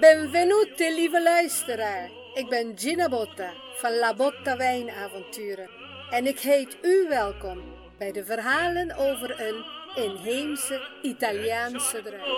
Benvenuti, lieve luisteraar. Ik ben Gina Botta van La Botta Wijnavonturen en ik heet u welkom bij de verhalen over een inheemse Italiaanse druif.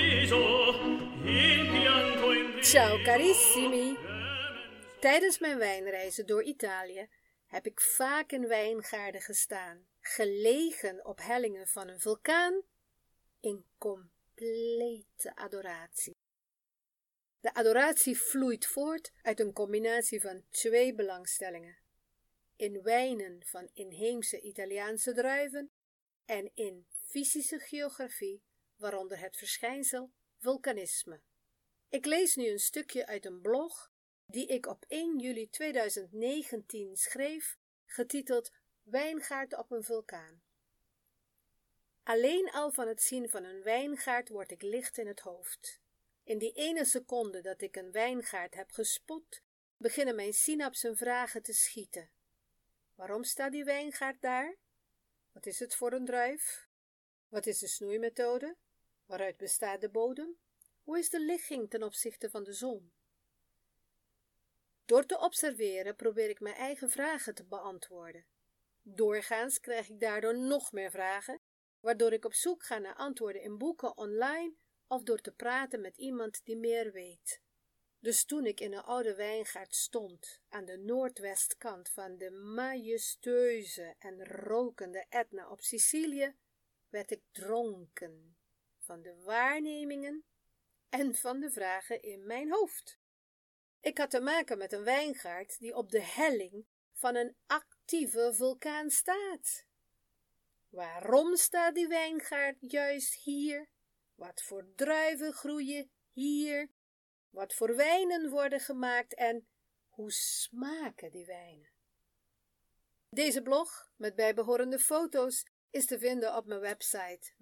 Ciao carissimi. Tijdens mijn wijnreizen door Italië heb ik vaak in wijngaarden gestaan, gelegen op hellingen van een vulkaan, in complete adoratie. De adoratie vloeit voort uit een combinatie van twee belangstellingen: in wijnen van inheemse Italiaanse druiven en in fysische geografie, waaronder het verschijnsel vulkanisme. Ik lees nu een stukje uit een blog die ik op 1 juli 2019 schreef, getiteld Wijngaard op een vulkaan. Alleen al van het zien van een wijngaard word ik licht in het hoofd. In die ene seconde dat ik een wijngaard heb gespot, beginnen mijn synapsen vragen te schieten. Waarom staat die wijngaard daar? Wat is het voor een druif? Wat is de snoeimethode? Waaruit bestaat de bodem? Hoe is de ligging ten opzichte van de zon? Door te observeren probeer ik mijn eigen vragen te beantwoorden. Doorgaans krijg ik daardoor nog meer vragen, waardoor ik op zoek ga naar antwoorden in boeken online of door te praten met iemand die meer weet. Dus toen ik in een oude wijngaard stond, aan de noordwestkant van de majestueuze en rokende Etna op Sicilië, werd ik dronken van de waarnemingen en van de vragen in mijn hoofd. Ik had te maken met een wijngaard die op de helling van een actieve vulkaan staat. Waarom staat die wijngaard juist hier? Wat voor druiven groeien hier? Wat voor wijnen worden gemaakt en hoe smaken die wijnen? Deze blog met bijbehorende foto's is te vinden op mijn website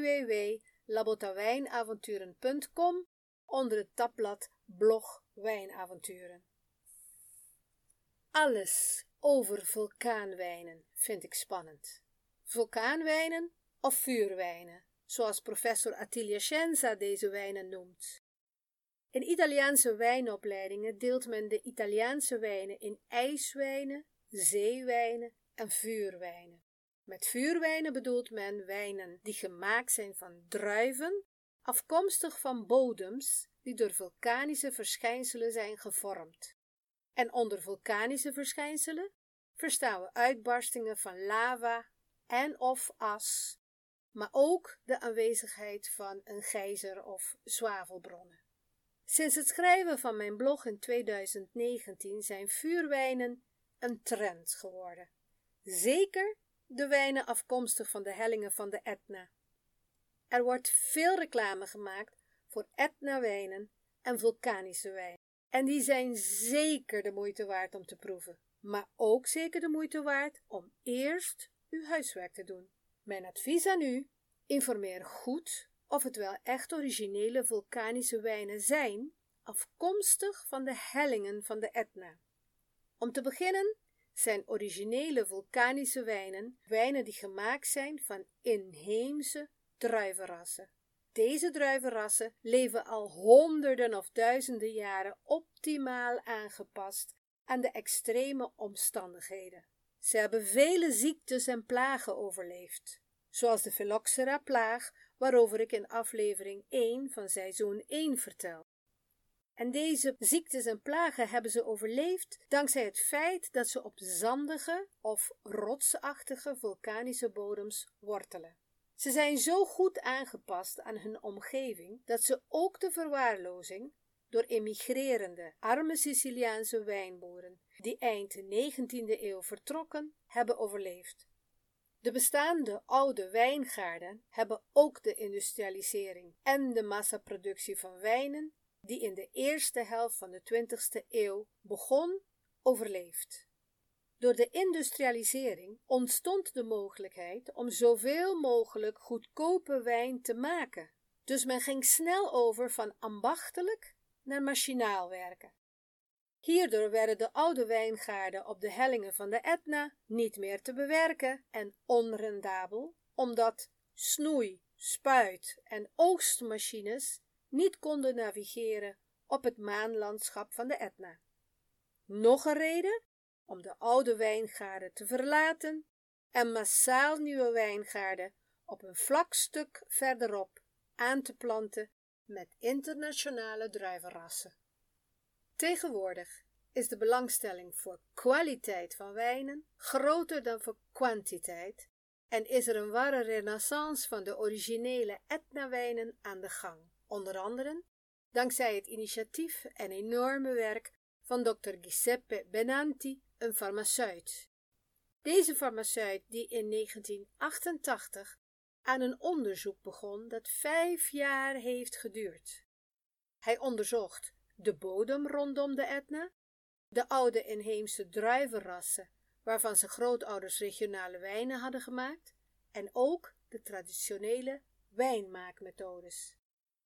www.labottawijnavonturen.com onder het tabblad Blog Wijnavonturen. Alles over vulkaanwijnen vind ik spannend. Vulkaanwijnen of vuurwijnen, zoals professor Attilio Scienza deze wijnen noemt. In Italiaanse wijnopleidingen deelt men de Italiaanse wijnen in ijswijnen, zeewijnen en vuurwijnen. Met vuurwijnen bedoelt men wijnen die gemaakt zijn van druiven, afkomstig van bodems die door vulkanische verschijnselen zijn gevormd. En onder vulkanische verschijnselen verstaan we uitbarstingen van lava en of as, maar ook de aanwezigheid van een gijzer of zwavelbronnen. Sinds het schrijven van mijn blog in 2019 zijn vuurwijnen een trend geworden. Zeker de wijnen afkomstig van de hellingen van de Etna. Er wordt veel reclame gemaakt voor Etna-wijnen en vulkanische wijnen. En die zijn zeker de moeite waard om te proeven. Maar ook zeker de moeite waard om eerst uw huiswerk te doen. Mijn advies aan u: informeer goed of het wel echt originele vulkanische wijnen zijn, afkomstig van de hellingen van de Etna. Om te beginnen zijn originele vulkanische wijnen wijnen die gemaakt zijn van inheemse druivenrassen. Deze druivenrassen leven al honderden of duizenden jaren optimaal aangepast aan de extreme omstandigheden. Ze hebben vele ziektes en plagen overleefd, zoals de Phylloxera-plaag, waarover ik in aflevering 1 van seizoen 1 vertel. En deze ziektes en plagen hebben ze overleefd dankzij het feit dat ze op zandige of rotsachtige vulkanische bodems wortelen. Ze zijn zo goed aangepast aan hun omgeving dat ze ook de verwaarlozing door emigrerende, arme Siciliaanse wijnboeren, die eind 19e eeuw vertrokken, hebben overleefd. De bestaande oude wijngaarden hebben ook de industrialisering en de massaproductie van wijnen, die in de eerste helft van de 20e eeuw begon, overleefd. Door de industrialisering ontstond de mogelijkheid om zoveel mogelijk goedkope wijn te maken. Dus men ging snel over van ambachtelijk naar machinaal werken. Hierdoor werden de oude wijngaarden op de hellingen van de Etna niet meer te bewerken en onrendabel, omdat snoei, spuit en oogstmachines niet konden navigeren op het maanlandschap van de Etna. Nog een reden om de oude wijngaarden te verlaten en massaal nieuwe wijngaarden op een vlak stuk verderop aan te planten met internationale druivenrassen. Tegenwoordig is de belangstelling voor kwaliteit van wijnen groter dan voor kwantiteit en is er een ware renaissance van de originele Etna-wijnen aan de gang, onder andere dankzij het initiatief en enorme werk van Dr. Giuseppe Benanti, een farmaceut. Deze farmaceut die in 1988 aan een onderzoek begon dat 5 jaar heeft geduurd. Hij onderzocht de bodem rondom de Etna, de oude inheemse druivenrassen waarvan zijn grootouders regionale wijnen hadden gemaakt en ook de traditionele wijnmaakmethodes.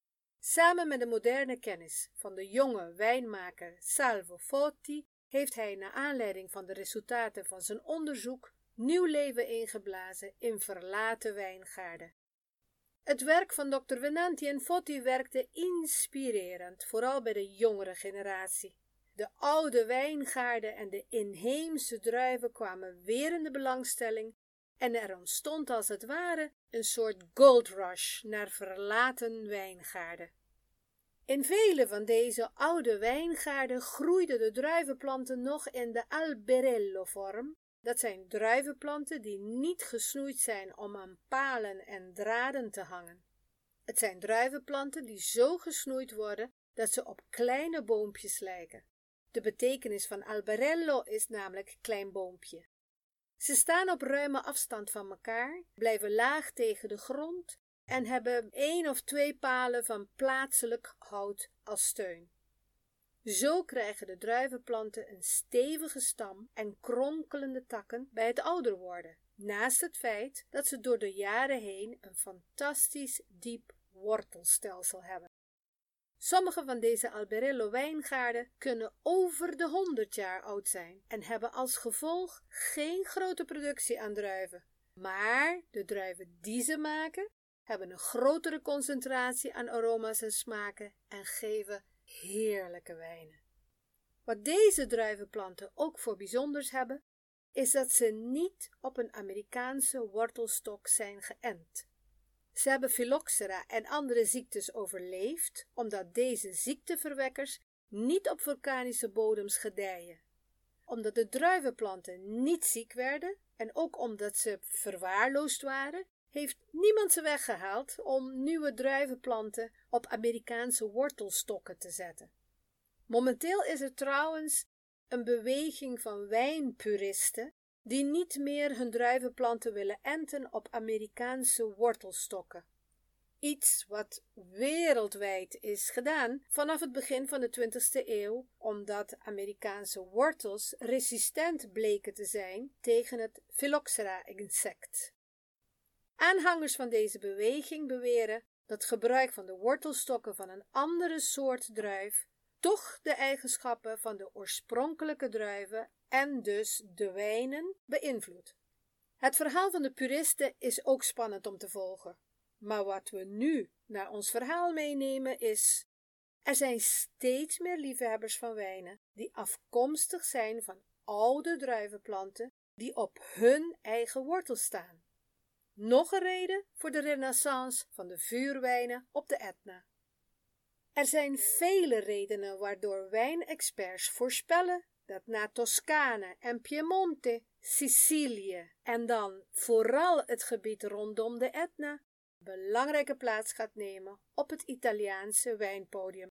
Samen met de moderne kennis van de jonge wijnmaker Salvo Foti heeft hij naar aanleiding van de resultaten van zijn onderzoek nieuw leven ingeblazen in verlaten wijngaarden. Het werk van Dr. Benanti en Foti werkte inspirerend, vooral bij de jongere generatie. De oude wijngaarden en de inheemse druiven kwamen weer in de belangstelling en er ontstond als het ware een soort gold rush naar verlaten wijngaarden. In vele van deze oude wijngaarden groeiden de druivenplanten nog in de alberello-vorm. Dat zijn druivenplanten die niet gesnoeid zijn om aan palen en draden te hangen. Het zijn druivenplanten die zo gesnoeid worden dat ze op kleine boompjes lijken. De betekenis van alberello is namelijk klein boompje. Ze staan op ruime afstand van elkaar, blijven laag tegen de grond en hebben 1 of 2 palen van plaatselijk hout als steun. Zo krijgen de druivenplanten een stevige stam en kronkelende takken bij het ouder worden, naast het feit dat ze door de jaren heen een fantastisch diep wortelstelsel hebben. Sommige van deze alberello wijngaarden kunnen over de 100 jaar oud zijn en hebben als gevolg geen grote productie aan druiven, maar de druiven die ze maken hebben een grotere concentratie aan aroma's en smaken en geven heerlijke wijnen. Wat deze druivenplanten ook voor bijzonders hebben, is dat ze niet op een Amerikaanse wortelstok zijn geënt. Ze hebben phylloxera en andere ziektes overleefd, omdat deze ziekteverwekkers niet op vulkanische bodems gedijen. Omdat de druivenplanten niet ziek werden en ook omdat ze verwaarloosd waren, heeft niemand ze weggehaald om nieuwe druivenplanten op Amerikaanse wortelstokken te zetten. Momenteel is er trouwens een beweging van wijnpuristen die niet meer hun druivenplanten willen enten op Amerikaanse wortelstokken. Iets wat wereldwijd is gedaan vanaf het begin van de 20e eeuw, omdat Amerikaanse wortels resistent bleken te zijn tegen het Phylloxera-insect. Aanhangers van deze beweging beweren dat gebruik van de wortelstokken van een andere soort druif toch de eigenschappen van de oorspronkelijke druiven en dus de wijnen beïnvloedt. Het verhaal van de puristen is ook spannend om te volgen. Maar wat we nu naar ons verhaal meenemen is: er zijn steeds meer liefhebbers van wijnen die afkomstig zijn van oude druivenplanten die op hun eigen wortels staan. Nog een reden voor de renaissance van de vuurwijnen op de Etna. Er zijn vele redenen waardoor wijnexperts voorspellen dat na Toscane en Piemonte, Sicilië en dan vooral het gebied rondom de Etna belangrijke plaats gaat nemen op het Italiaanse wijnpodium.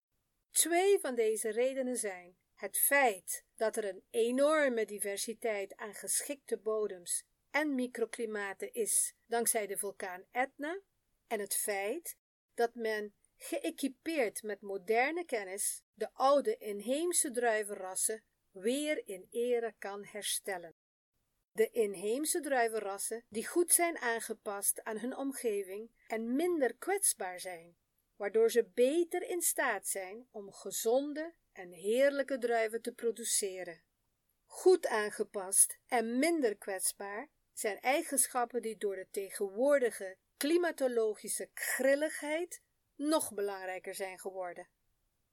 2 van deze redenen zijn het feit dat er een enorme diversiteit aan geschikte bodems en microklimaten is dankzij de vulkaan Etna en het feit dat men geëquipeerd met moderne kennis de oude inheemse druivenrassen weer in ere kan herstellen. De inheemse druivenrassen die goed zijn aangepast aan hun omgeving en minder kwetsbaar zijn, waardoor ze beter in staat zijn om gezonde en heerlijke druiven te produceren. Goed aangepast en minder kwetsbaar zijn eigenschappen die door de tegenwoordige klimatologische grilligheid nog belangrijker zijn geworden.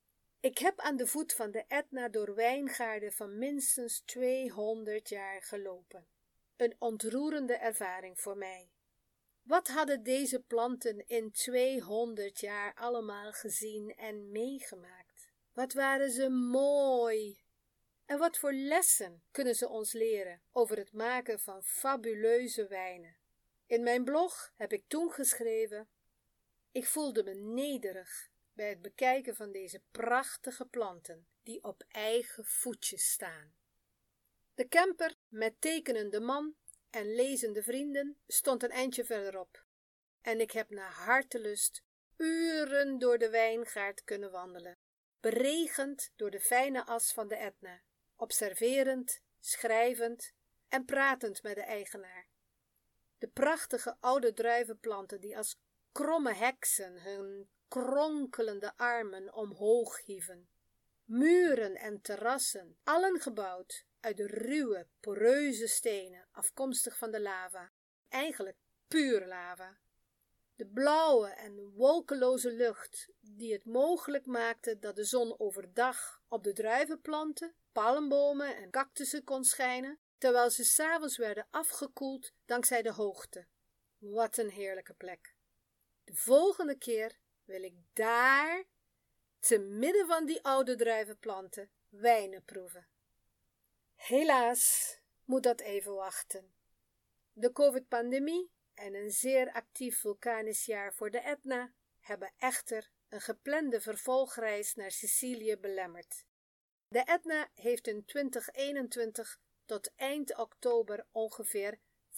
Ik heb aan de voet van de Etna door wijngaarden van minstens 200 jaar gelopen. Een ontroerende ervaring voor mij. Wat hadden deze planten in 200 jaar allemaal gezien en meegemaakt? Wat waren ze mooi! En wat voor lessen kunnen ze ons leren over het maken van fabuleuze wijnen? In mijn blog heb ik toen geschreven: ik voelde me nederig bij het bekijken van deze prachtige planten die op eigen voetjes staan. De camper met tekenende man en lezende vrienden stond een eindje verderop en ik heb naar hartelust uren door de wijngaard kunnen wandelen, beregend door de fijne as van de Etna, observerend, schrijvend en pratend met de eigenaar. De prachtige oude druivenplanten die als kromme heksen hun kronkelende armen omhoog hieven. Muren en terrassen, allen gebouwd uit de ruwe, poreuze stenen, afkomstig van de lava, eigenlijk puur lava. De blauwe en wolkeloze lucht, die het mogelijk maakte dat de zon overdag op de druivenplanten, palmbomen en cactussen kon schijnen, terwijl ze 's avonds werden afgekoeld dankzij de hoogte. Wat een heerlijke plek. De volgende keer wil ik daar, te midden van die oude druivenplanten, wijnen proeven. Helaas moet dat even wachten. De COVID-pandemie en een zeer actief vulkanisch jaar voor de Etna hebben echter een geplande vervolgreis naar Sicilië belemmerd. De Etna heeft in 2021 tot eind oktober ongeveer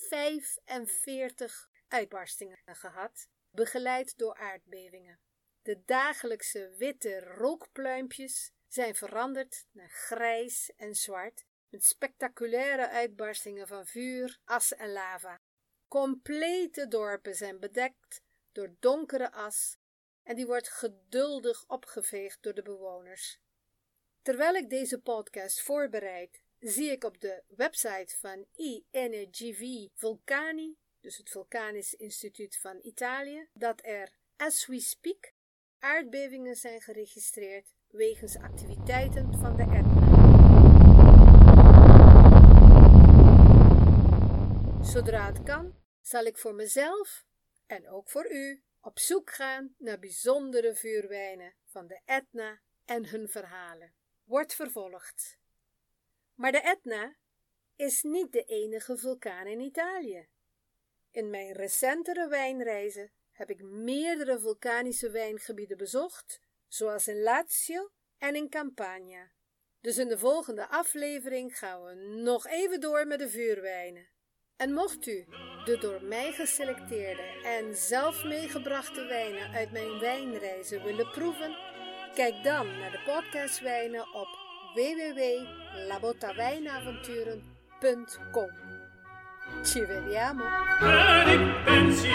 45 uitbarstingen gehad, begeleid door aardbevingen. De dagelijkse witte rookpluimpjes zijn veranderd naar grijs en zwart, met spectaculaire uitbarstingen van vuur, as en lava. Complete dorpen zijn bedekt door donkere as en die wordt geduldig opgeveegd door de bewoners. Terwijl ik deze podcast voorbereid, zie ik op de website van INGV Vulcani, dus het Vulkanisch Instituut van Italië, dat er, as we speak, aardbevingen zijn geregistreerd wegens activiteiten van de Etna. Zodra het kan, zal ik voor mezelf en ook voor u op zoek gaan naar bijzondere vuurwijnen van de Etna en hun verhalen. Wordt vervolgd. Maar de Etna is niet de enige vulkaan in Italië. In mijn recentere wijnreizen heb ik meerdere vulkanische wijngebieden bezocht, zoals in Lazio en in Campania. Dus in de volgende aflevering gaan we nog even door met de vuurwijnen. En mocht u de door mij geselecteerde en zelf meegebrachte wijnen uit mijn wijnreizen willen proeven, kijk dan naar de podcastwijnen op www.labottawijnavonturen.com. Ci vediamo!